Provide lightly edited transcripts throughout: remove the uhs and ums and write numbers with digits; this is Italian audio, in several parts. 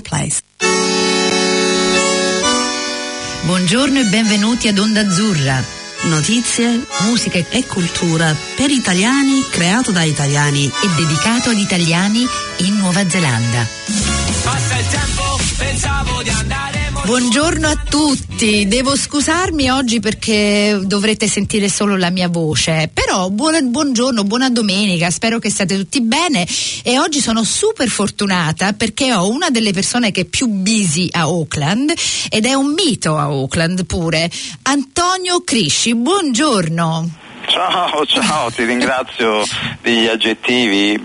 place. Buongiorno e benvenuti ad Onda Azzurra. Notizie, musica e cultura per italiani, creato da italiani e dedicato ad italiani in Nuova Zelanda. Passa il tempo, pensavo di andare. Buongiorno a tutti, devo scusarmi oggi perché dovrete sentire solo la mia voce, però buongiorno, buona domenica, spero che state tutti bene e oggi sono super fortunata perché ho una delle persone che è più busy a Auckland ed è un mito a Auckland pure, Antonio Crisci, buongiorno. Ciao, ti ringrazio degli aggettivi,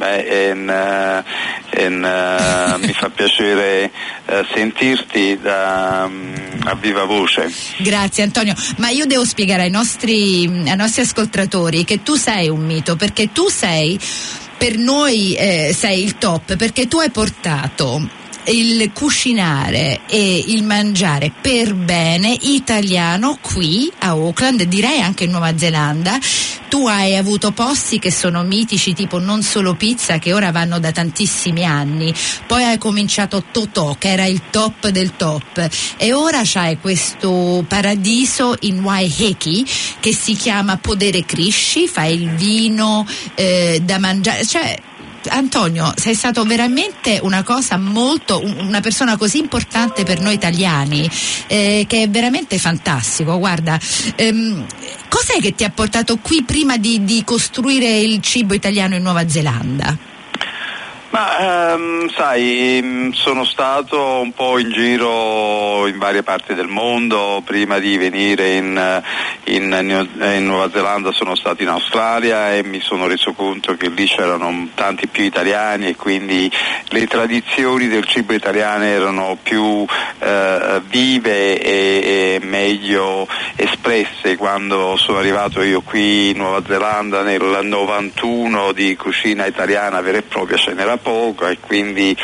mi fa piacere sentirti a viva voce. Grazie Antonio, ma io devo spiegare ai nostri ascoltatori che tu sei un mito, perché tu sei, per noi sei il top, perché tu hai portato il cucinare e il mangiare per bene italiano qui a Auckland, direi anche in Nuova Zelanda. Tu hai avuto posti che sono mitici, tipo Non Solo Pizza, che ora vanno da tantissimi anni, poi hai cominciato Totò, che era il top del top, e ora c'hai questo paradiso in Waiheke che si chiama Podere Crisci, fai il vino da mangiare, cioè Antonio, sei stato veramente una persona così importante per noi italiani, che è veramente fantastico. Guarda, cos'è che ti ha portato qui prima di costruire il cibo italiano in Nuova Zelanda? Ma sai, sono stato un po' in giro in varie parti del mondo. Prima di venire in Nuova Zelanda sono stato in Australia e mi sono reso conto che lì c'erano tanti più italiani e quindi le tradizioni del cibo italiano erano più vive e meglio espresse. Quando sono arrivato io qui in Nuova Zelanda nel 91 di cucina italiana vera e propria ce n'era poco e quindi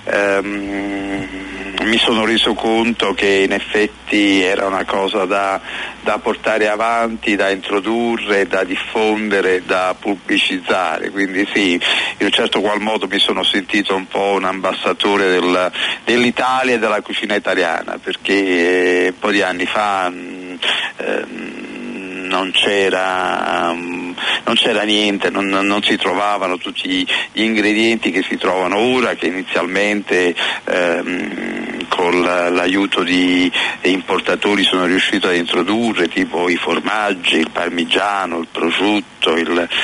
mi sono reso conto che in effetti era una cosa da portare avanti, da introdurre, da diffondere, da pubblicizzare, quindi sì, in un certo qual modo mi sono sentito un po' un ambasciatore dell'Italia e della cucina italiana, perché un po' di anni fa non c'era niente, non si trovavano tutti gli ingredienti che si trovano ora, che inizialmente con l'aiuto di importatori sono riuscito ad introdurre, tipo i formaggi, il parmigiano, il prosciutto,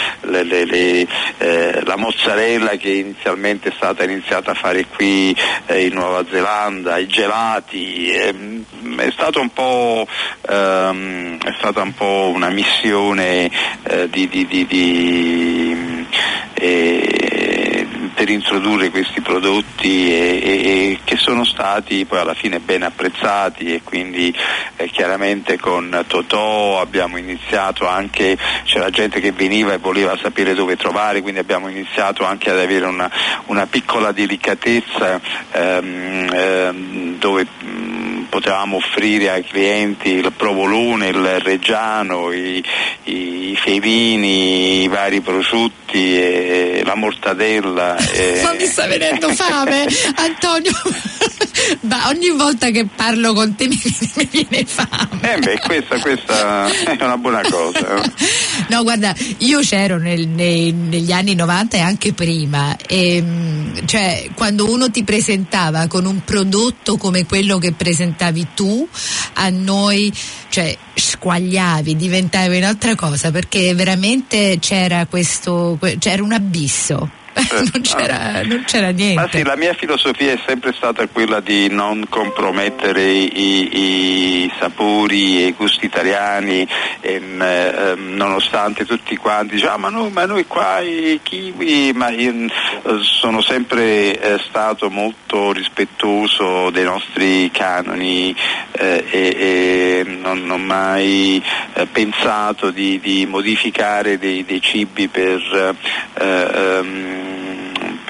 la mozzarella che inizialmente è stata iniziata a fare qui in Nuova Zelanda, i gelati. È stata un po' una missione per introdurre questi prodotti e che sono stati poi alla fine ben apprezzati, e quindi chiaramente con Totò abbiamo iniziato anche, c'era gente che veniva e voleva sapere dove trovare, quindi abbiamo iniziato anche ad avere una piccola delicatezza dove potevamo offrire ai clienti il provolone, il reggiano, i ferini, i vari prosciutti e la mortadella. Ma mi sta venendo fame, Antonio. Ma ogni volta che parlo con te mi viene fame. Questa è una buona cosa. No, guarda, io c'ero negli anni 90 e anche prima, e cioè quando uno ti presentava con un prodotto come quello che presentavi tu, a noi, cioè squagliavi, diventavi un'altra cosa, perché veramente c'era un abisso. Non c'era niente. Ma sì, la mia filosofia è sempre stata quella di non compromettere i sapori e i gusti italiani, nonostante tutti quanti diciamo ma noi qua i kiwi, ma io sono sempre stato molto rispettoso dei nostri canoni e non ho mai pensato di modificare dei cibi per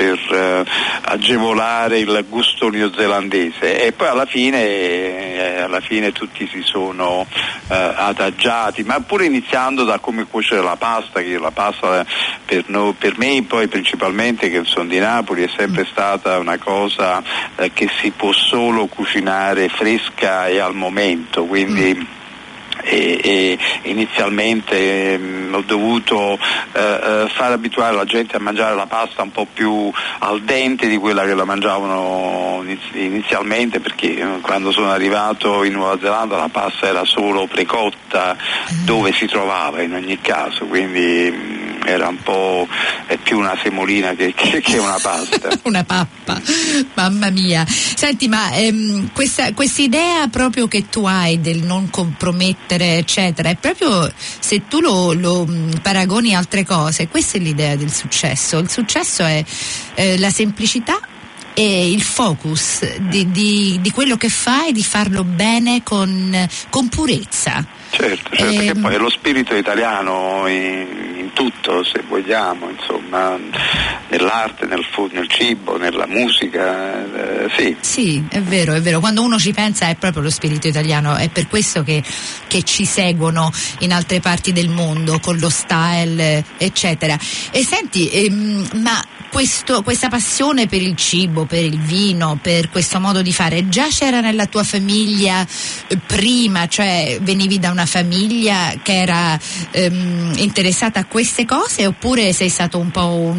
agevolare il gusto neozelandese, e poi alla fine tutti si sono adagiati, ma pure iniziando da come cuocere la pasta, che la pasta per me poi principalmente, che sono di Napoli, è sempre stata una cosa che si può solo cucinare fresca e al momento, quindi e inizialmente ho dovuto far abituare la gente a mangiare la pasta un po' più al dente di quella che la mangiavano inizialmente, perché quando sono arrivato in Nuova Zelanda la pasta era solo precotta dove si trovava in ogni caso, quindi era un po' più una semolina che una pasta. Una pappa, mamma mia. Senti, ma questa idea proprio che tu hai del non compromettere eccetera, è proprio, se tu lo paragoni a altre cose, questa è l'idea del successo. Il successo è la semplicità e il focus di quello che fai, di farlo bene con purezza. Certo, che poi è lo spirito italiano in tutto, se vogliamo, insomma, nell'arte, nel cibo, nella musica, sì. Sì, è vero, quando uno ci pensa è proprio lo spirito italiano, è per questo che ci seguono in altre parti del mondo con lo style, eccetera. E senti, ma questa passione per il cibo, per il vino, per questo modo di fare, già c'era nella tua famiglia prima, cioè venivi da una famiglia che era interessata a queste cose, oppure sei stato un po'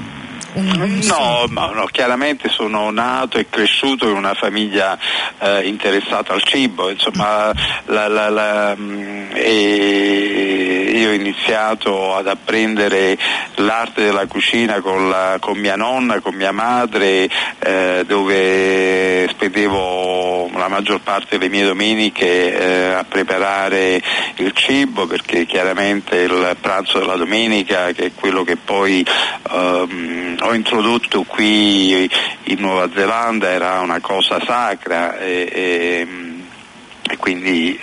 No, chiaramente sono nato e cresciuto in una famiglia interessata al cibo, insomma, e io ho iniziato ad apprendere l'arte della cucina con mia nonna, con mia madre, dove spendevo la maggior parte delle mie domeniche a preparare il cibo, perché chiaramente il pranzo della domenica, che è quello che poi ho introdotto qui in Nuova Zelanda, era una cosa sacra e quindi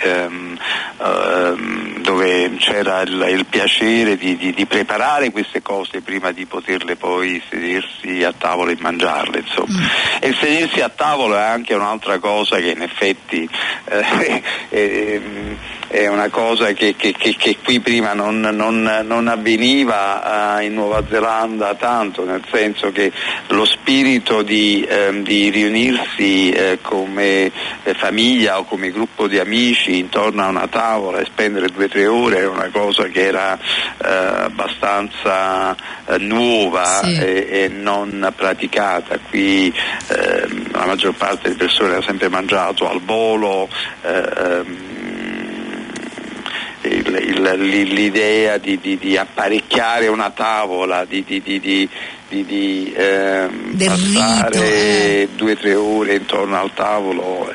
dove c'era il piacere di preparare queste cose prima di poterle poi sedersi a tavola e mangiarle, insomma. E il sedersi a tavola è anche un'altra cosa che in effetti è una cosa che qui prima non avveniva in Nuova Zelanda tanto, nel senso che lo spirito di riunirsi come famiglia o come gruppo di amici intorno a una tavola e spendere 2-3 ore era una cosa che era abbastanza nuova, sì, e non praticata. Qui la maggior parte delle persone ha sempre mangiato al volo, l'idea di apparecchiare una tavola, di passare 2-3 ore intorno al tavolo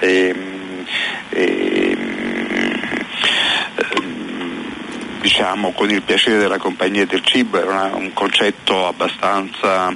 diciamo con il piacere della compagnia del cibo, era un concetto abbastanza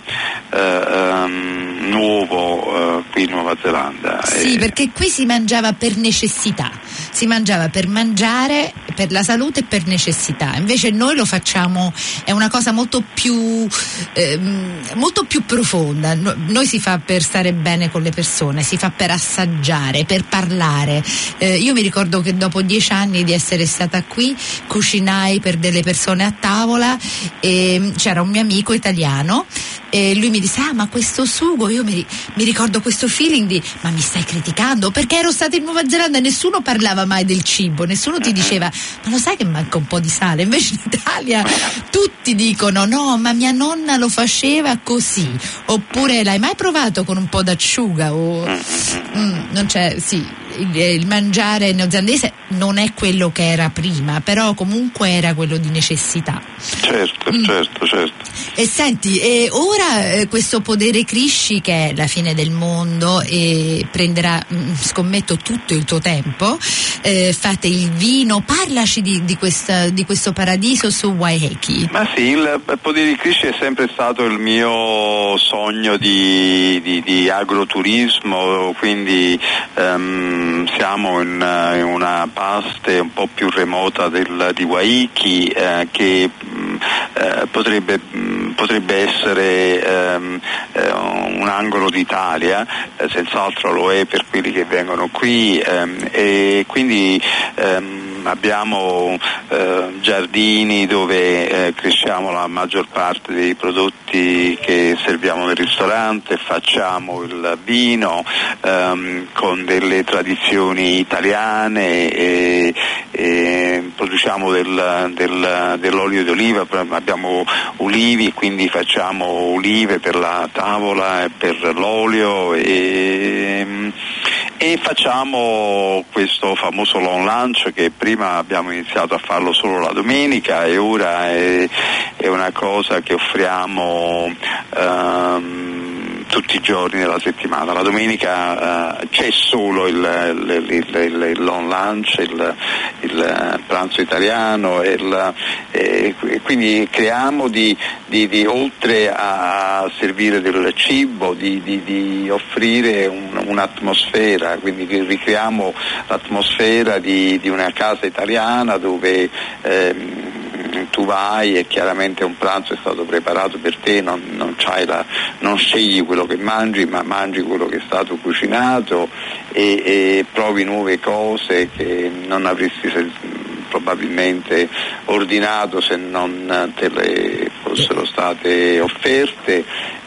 nuovo qui in Nuova Zelanda. Sì, perché qui si mangiava per necessità, si mangiava per mangiare, per la salute e per necessità. Invece noi lo facciamo, è una cosa molto più profonda. Noi si fa per stare bene con le persone, si fa per assaggiare, per parlare. Io mi ricordo che dopo 10 anni di essere stata qui cucinai per delle persone a tavola e c'era un mio amico italiano e lui mi disse: ma questo sugo, io mi ricordo questo feeling di: ma mi stai criticando? Perché ero stata in Nuova Zelanda e nessuno parlava mai del cibo, nessuno ti diceva: ma lo sai che manca un po' di sale? Invece in Italia tutti dicono: no, ma mia nonna lo faceva così, oppure l'hai mai provato con un po' d'acciuga? O non c'è, sì, il mangiare neozelandese non è quello che era prima, però comunque era quello di necessità. Certo. E senti, ora questo Podere Crisci, che è la fine del mondo e prenderà, scommetto, tutto il tuo tempo, fate il vino, parlaci di questo paradiso su Waiheke. Ma sì, il Podere Crisci è sempre stato il mio sogno di agroturismo, quindi siamo in una parte un po' più remota di Waiheke, che potrebbe potrebbe essere un angolo d'Italia, senz'altro lo è per quelli che vengono qui, e quindi abbiamo giardini dove cresciamo la maggior parte dei prodotti che serviamo nel ristorante, facciamo il vino con delle tradizioni italiane e produciamo dell'olio di oliva, abbiamo ulivi, quindi facciamo olive per la tavola e per l'olio e facciamo questo famoso long lunch che prima abbiamo iniziato a farlo solo la domenica e ora è una cosa che offriamo tutti i giorni della settimana. La domenica c'è solo il long lunch, il pranzo italiano e quindi creiamo di oltre a servire del cibo di offrire un'atmosfera, quindi ricreiamo l'atmosfera di una casa italiana dove tu vai e chiaramente un pranzo è stato preparato per te, non scegli quello che mangi, ma mangi quello che è stato cucinato e provi nuove cose che non avresti probabilmente ordinato se non te le fossero state offerte.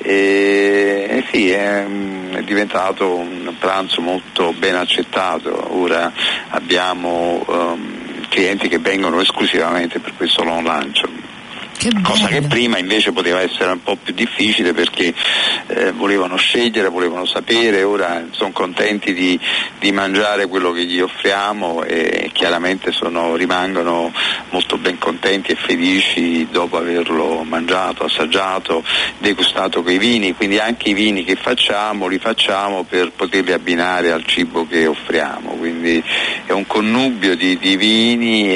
E sì, è diventato un pranzo molto ben accettato. Ora abbiamo clienti che vengono esclusivamente per questo long lunch, cosa che prima invece poteva essere un po' più difficile perché volevano scegliere, volevano sapere. Ora sono contenti di mangiare quello che gli offriamo e chiaramente rimangono molto ben contenti e felici dopo averlo mangiato, assaggiato, degustato quei vini. Quindi anche i vini che facciamo li facciamo per poterli abbinare al cibo che offriamo, quindi è un connubio di vini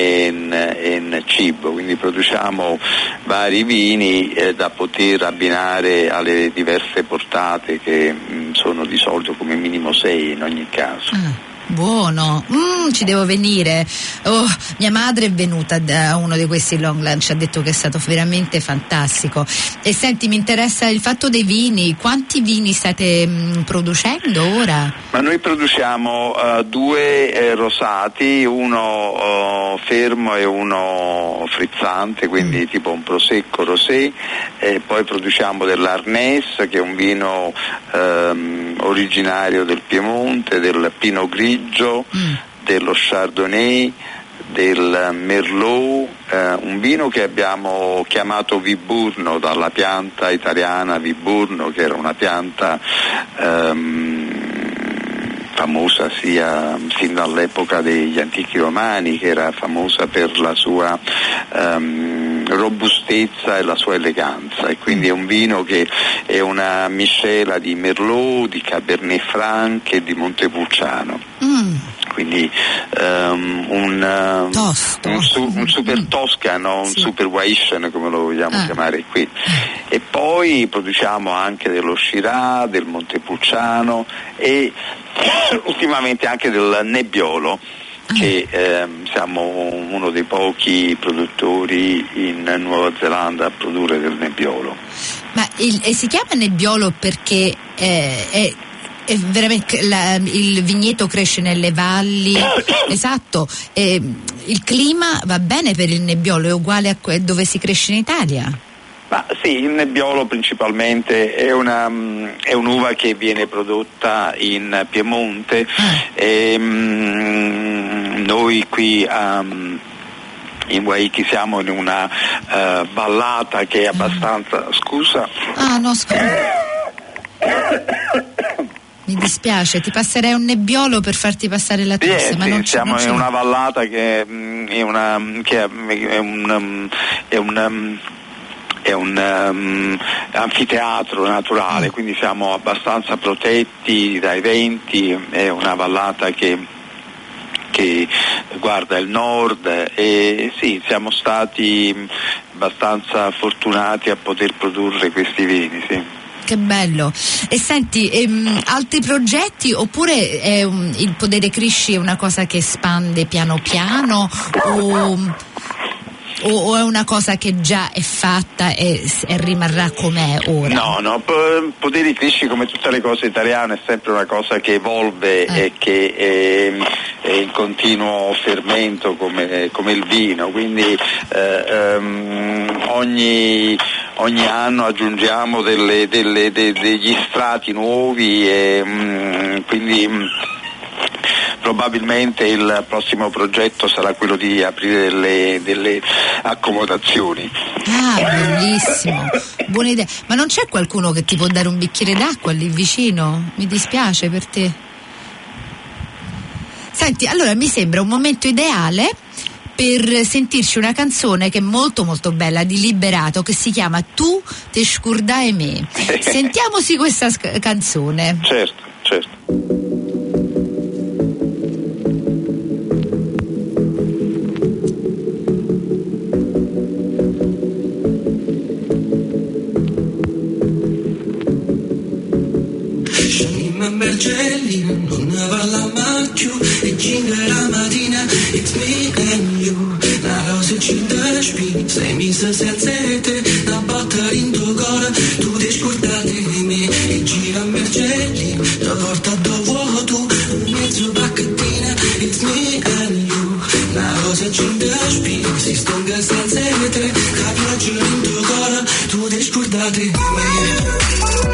e cibo, quindi produciamo vari vini da poter abbinare alle diverse portate che sono di solito come minimo 6 in ogni caso. Buono, ci devo venire. Mia madre è venuta da uno di questi long lunch, ha detto che è stato veramente fantastico. E senti, mi interessa il fatto dei vini. Quanti vini state producendo ora? Ma noi produciamo 2 rosati, uno fermo e uno frizzante, quindi tipo un prosecco rosé, e poi produciamo dell'Arnès, che è un vino originario del Piemonte, del Pinot Grigio, dello Chardonnay, del Merlot, un vino che abbiamo chiamato Viburno dalla pianta italiana Viburno, che era una pianta famosa sin dall'epoca degli antichi romani, che era famosa per la sua robustezza e la sua eleganza, e quindi è un vino che è una miscela di Merlot, di Cabernet Franc e di Montepulciano. Quindi un super toscano, un super Weissen, come lo vogliamo chiamare qui. E poi produciamo anche dello Shiraz, del Montepulciano e ultimamente anche del Nebbiolo, che siamo uno dei pochi produttori in Nuova Zelanda a produrre del Nebbiolo. Ma si chiama Nebbiolo perché è veramente il vigneto cresce nelle valli, esatto, il clima va bene per il Nebbiolo, è uguale a dove si cresce in Italia? Ma sì, il Nebbiolo principalmente è un'uva che viene prodotta in Piemonte e noi qui in Waikiki siamo in una vallata che è abbastanza scusa. Mi dispiace, ti passerei un nebbiolo per farti passare la tosse, ma non siamo in una vallata che è un anfiteatro naturale, quindi siamo abbastanza protetti dai venti, è una vallata che guarda il nord e sì, siamo stati abbastanza fortunati a poter produrre questi vini, sì. Che bello. E senti, altri progetti oppure il Podere Crisci è una cosa che espande piano piano o o è una cosa che già è fatta e rimarrà com'è ora? No, Poteri Crisci, come tutte le cose italiane, è sempre una cosa che evolve e che è in continuo fermento come il vino, quindi ogni anno aggiungiamo degli strati nuovi e quindi probabilmente il prossimo progetto sarà quello di aprire delle accomodazioni. Ah, bellissimo, buona idea. Ma non c'è qualcuno che ti può dare un bicchiere d'acqua lì vicino? Mi dispiace per te. Senti, allora mi sembra un momento ideale per sentirci una canzone che è molto molto bella, di Liberato, che si chiama Tu te scordai me. Sentiamoci questa canzone. Certo. Bergellina, non ne parla più e ginga la mattina, it's me and you. La rosa ci da spina, sei messa senza te, una botta in tuo cuore, tu ti scordate di me. E gira Bergellina, ti porta dove vuoi tu, un mezzo pacchettina, it's me and you. La rosa ci da spina, si stonga senza te, la pioggia in tuo cuore, tu ti scordate di me.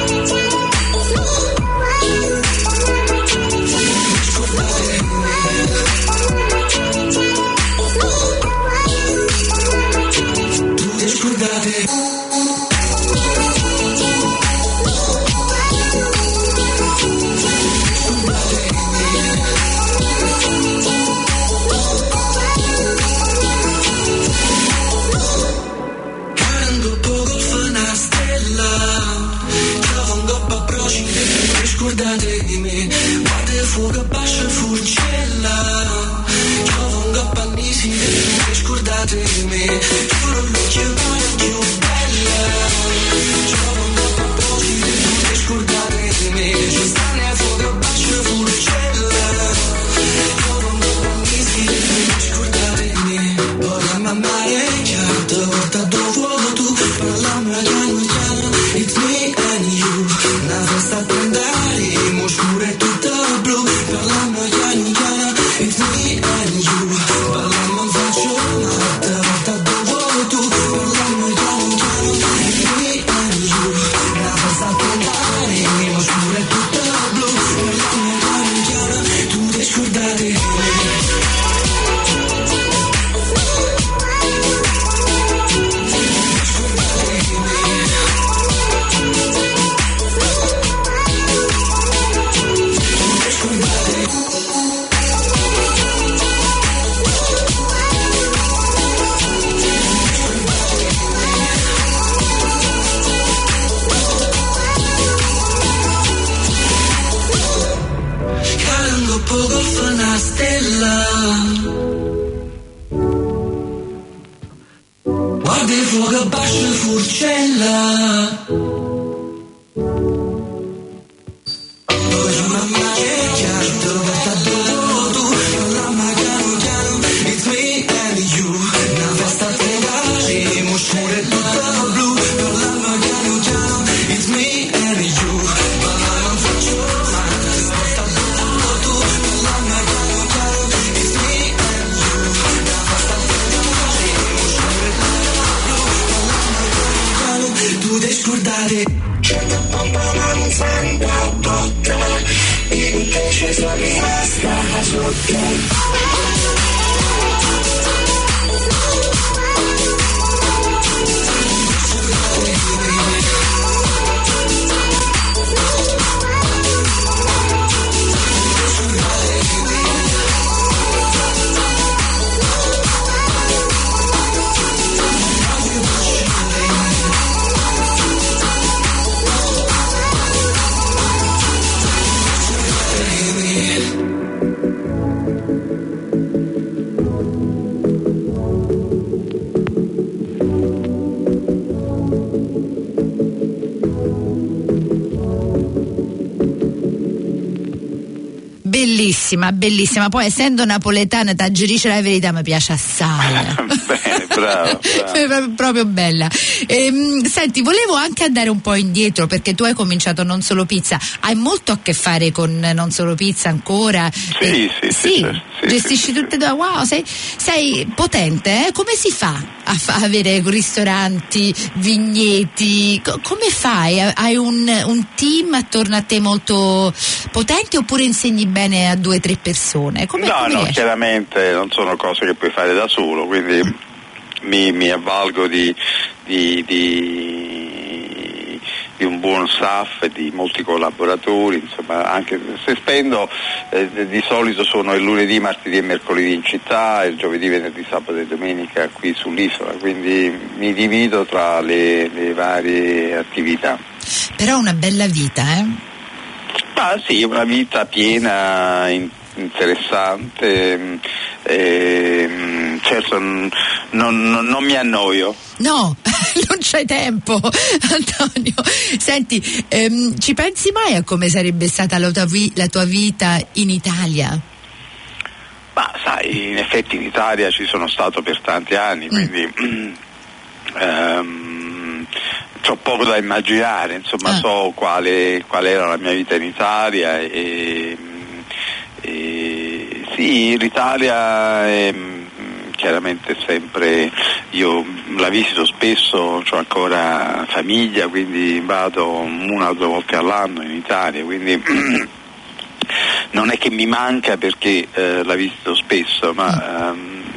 Scordate di me, guarda il fuoco, bascia furcella, trovo un cappannisi, scordate di me, giuro l'occhio più bella, trovo un cappannisi, scordate di me, ci stanno a fuoco, bascia furcella, trovo un cappannisi, scordate di me, ora mamma è chiara, ti porta dove vuoi tu, parliamo piano piano, it's me and you, una festa a prendere. Scuro è tutto blu, parliamo piano piano, it's me and you. Parliamo in faccio una volta dove tu, parliamo piano piano, it's me and you. La festa a prendere, lo scuro è tutto blu, parliamo piano piano, tu ti scordate di me. Guarda il fuoco, bascia furcella. Bellissima, bellissima. Poi essendo napoletana, t'aggirisce la verità, mi piace assai. Bene, bravo. Proprio bella. Senti, volevo anche andare un po' indietro, perché tu hai cominciato Non Solo Pizza, hai molto a che fare con Non Solo Pizza ancora. Sì, certo. Gestisci tutte e due. Wow, sei potente, eh? Come si fa a avere ristoranti, vigneti? Come fai? Hai un team attorno a te molto potente, oppure insegni bene a 2 o 3 persone? Come riesci? Chiaramente non sono cose che puoi fare da solo, quindi mi avvalgo di un buon staff e di molti collaboratori, insomma, anche se spendo di solito sono il lunedì, martedì e mercoledì in città, il giovedì, venerdì, sabato e domenica qui sull'isola, quindi mi divido tra le varie attività. Però una bella vita, eh? Ah sì, una vita piena, interessante, certo non mi annoio. No, non c'è tempo, Antonio. Senti, ci pensi mai a come sarebbe stata la tua vita in Italia? Ma sai, in effetti in Italia ci sono stato per tanti anni, quindi c'ho poco da immaginare, insomma, so qual era la mia vita in Italia e sì, l'Italia è chiaramente sempre, io la visito spesso, ho ancora famiglia, quindi vado 1 o 2 volte all'anno in Italia, quindi non è che mi manca perché la visito spesso, ma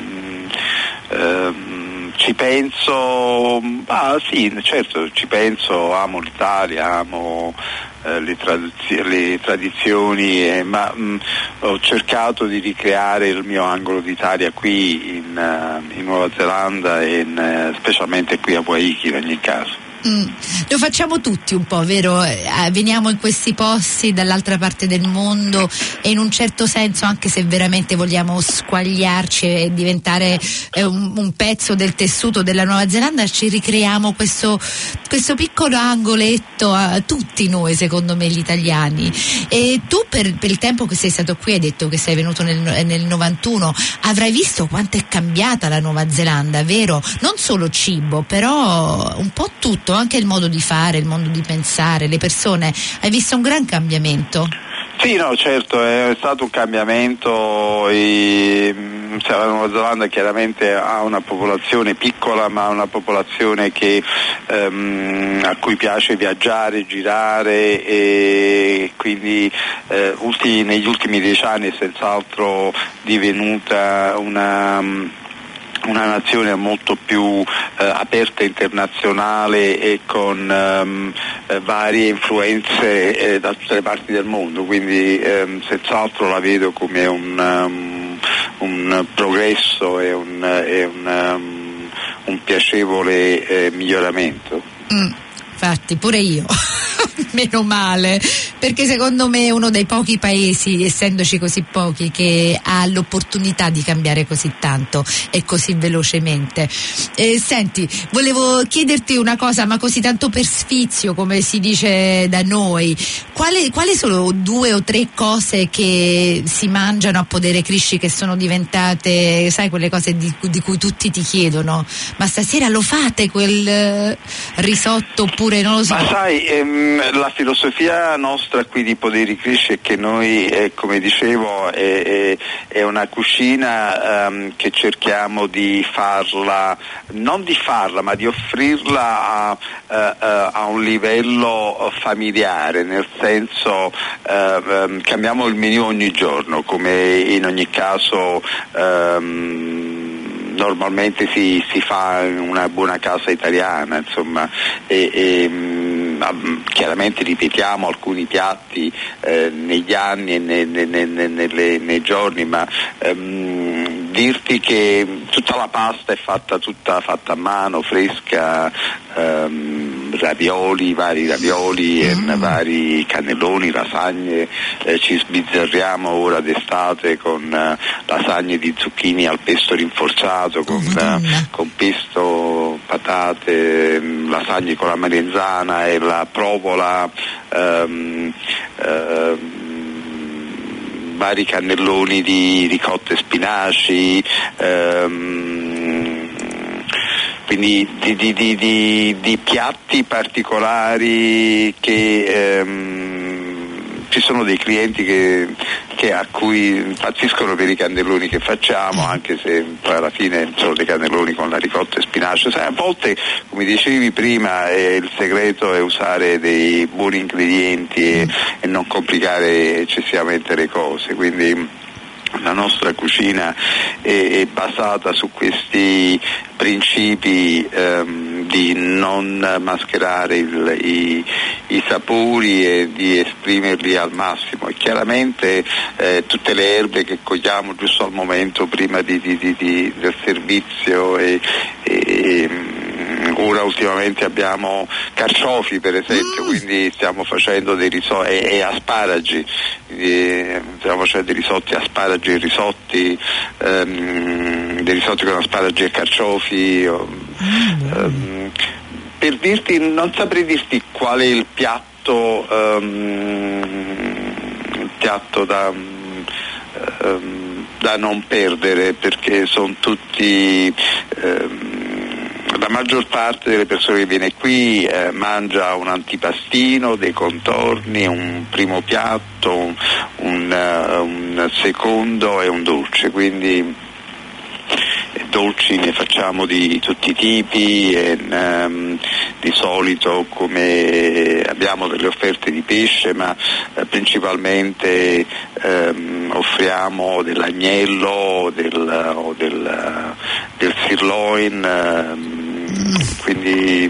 ci penso, sì, certo, ci penso, amo l'Italia, amo le tradizioni, ma ho cercato di ricreare il mio angolo d'Italia qui in Nuova Zelanda e specialmente qui a Waiheke in ogni caso. Lo facciamo tutti un po', vero? Veniamo in questi posti dall'altra parte del mondo e in un certo senso, anche se veramente vogliamo squagliarci e diventare un pezzo del tessuto della Nuova Zelanda, ci ricreiamo questo piccolo angoletto a tutti noi, secondo me, gli italiani. E tu per il tempo che sei stato qui, hai detto che sei venuto nel 91, avrai visto quanto è cambiata la Nuova Zelanda, vero? Non solo cibo, però un po' tutto, anche il modo di fare, il modo di pensare, le persone. Hai visto un gran cambiamento? Sì, no, certo, è stato un cambiamento. La Nuova Zelanda chiaramente ha una popolazione piccola, ma una popolazione a cui piace viaggiare, girare, e quindi negli ultimi 10 anni è senz'altro divenuta una nazione molto più aperta, internazionale e con varie influenze da tutte le parti del mondo, quindi senz'altro la vedo come un progresso e un piacevole miglioramento. Infatti pure io meno male, perché secondo me è uno dei pochi paesi, essendoci così pochi, che ha l'opportunità di cambiare così tanto e così velocemente. Senti, volevo chiederti una cosa, ma così tanto per sfizio, come si dice da noi, quali sono 2 o 3 cose che si mangiano a Podere Crisci che sono diventate, sai, quelle cose di cui tutti ti chiedono, ma stasera lo fate quel risotto, oppure non lo so? Ma sai, la filosofia nostra qui di Podere Crisci è che noi, come dicevo, è una cucina che cerchiamo di farla, non di farla, ma di offrirla a un livello familiare, nel senso cambiamo il menù ogni giorno, come in ogni caso normalmente si fa in una buona casa italiana, insomma, chiaramente ripetiamo alcuni piatti negli anni e nei giorni, ma dirti che tutta la pasta è fatta a mano, fresca, vari ravioli, vari cannelloni, lasagne, ci sbizzarriamo ora d'estate con lasagne di zucchini al pesto rinforzato, con pesto, patate, lasagne con la melenzana e la provola vari cannelloni di ricotta e spinaci, quindi di piatti particolari che ci sono dei clienti che a cui impazziscono per i cannelloni che facciamo, anche se poi alla fine sono dei cannelloni con la ricotta e spinaci. Sai, a volte, come dicevi prima, il segreto è usare dei buoni ingredienti e non complicare eccessivamente le cose, quindi la nostra cucina è basata su questi principi di non mascherare i sapori e di esprimerli al massimo, e chiaramente tutte le erbe che cogliamo giusto al momento prima del servizio ora ultimamente abbiamo carciofi per esempio, quindi stiamo facendo dei risotti e asparagi, stiamo facendo dei risotti, asparagi e risotti, dei risotti con asparagi e carciofi. Per dirti, non saprei dirti qual è il piatto da non perdere, perché sono tutti la maggior parte delle persone che viene qui mangia un antipastino, dei contorni, un primo piatto, un secondo e un dolce, quindi dolci ne facciamo di tutti i tipi e di solito come abbiamo delle offerte di pesce, ma principalmente offriamo dell'agnello o del sirloin, quindi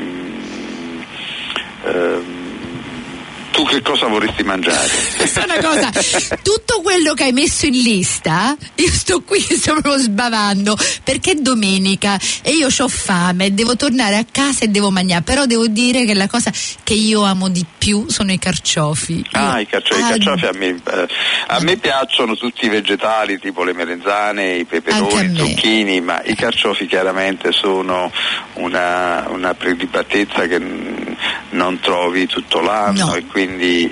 tu che cosa vorresti mangiare? Questa è una cosa, tutto quello che hai messo in lista, io sto qui, sto proprio sbavando, perché è domenica e io ho fame, devo tornare a casa e devo mangiare, però devo dire che la cosa che io amo di più sono i carciofi. I carciofi a me piacciono tutti i vegetali, tipo le melanzane, i peperoni, i zucchini, ma i carciofi chiaramente sono una prelibatezza che non trovi tutto l'anno, no. E quindi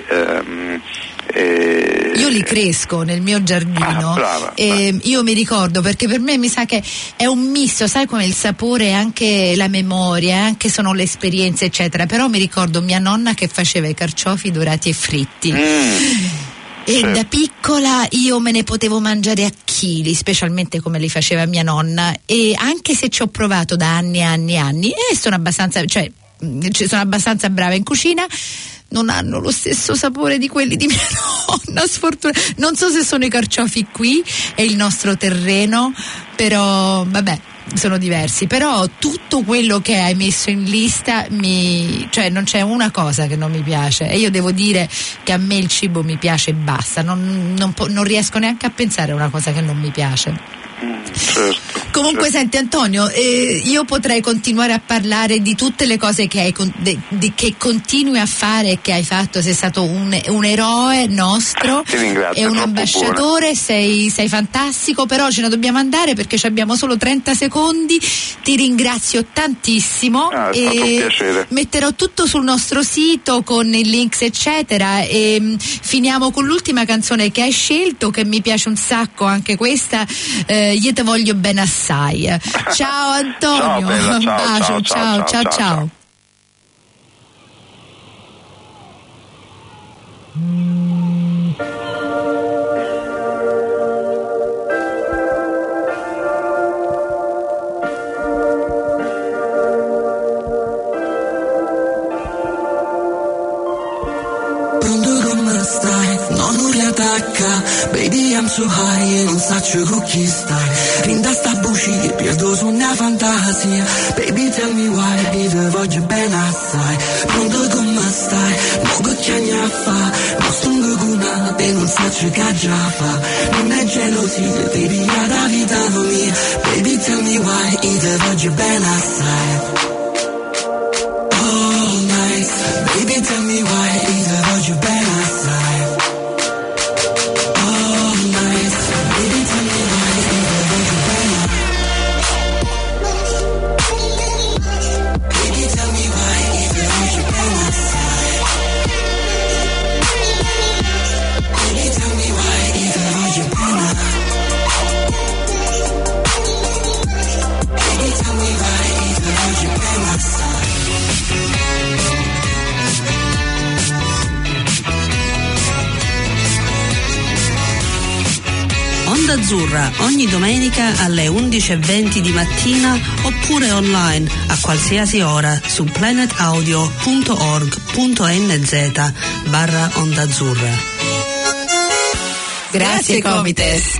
io li cresco nel mio giardino. Brava. Io mi ricordo, perché per me mi sa che è un misto, sai, come il sapore e anche la memoria, anche sono le esperienze eccetera, però mi ricordo mia nonna che faceva i carciofi dorati e fritti. E certo. Da piccola io me ne potevo mangiare a chili, specialmente come li faceva mia nonna, e anche se ci ho provato da anni e sono abbastanza brava in cucina, non hanno lo stesso sapore di quelli di mia nonna, sfortunatamente. Non so se sono i carciofi qui, è il nostro terreno, però vabbè, sono diversi. Però tutto quello che hai messo in lista cioè non c'è una cosa che non mi piace, e io devo dire che a me il cibo mi piace e basta, non riesco neanche a pensare a una cosa che non mi piace. Certo. Comunque senti Antonio, io potrei continuare a parlare di tutte le cose che che continui a fare e che hai fatto. Sei stato un eroe nostro e un ambasciatore, sei fantastico, però ce ne dobbiamo andare perché abbiamo solo 30 secondi. Ti ringrazio tantissimo e metterò tutto sul nostro sito con i links eccetera, e finiamo con l'ultima canzone che hai scelto, che mi piace un sacco anche questa, io te voglio bene assai. Ciao Antonio. Ciao, bella, ciao. Pronto, come stai? Non mi riattacca, baby I'm so high e non saccio con chi stai. Rinda sta buccia, perdo su una fantasia. Baby tell me why, io te voglio bene assai. Pronto, come stai? Non che chiagna fa, non stungo con una e non saccio che già fa. Non è gelosia, baby è la vita mia. Baby tell me why, io te voglio bene assai. All night, baby tell me why, io te voglio bene assai. Onda Azzurra ogni domenica alle 11:20 di mattina oppure online a qualsiasi ora su planetaudio.org.nz/Onda Azzurra. Grazie Comites.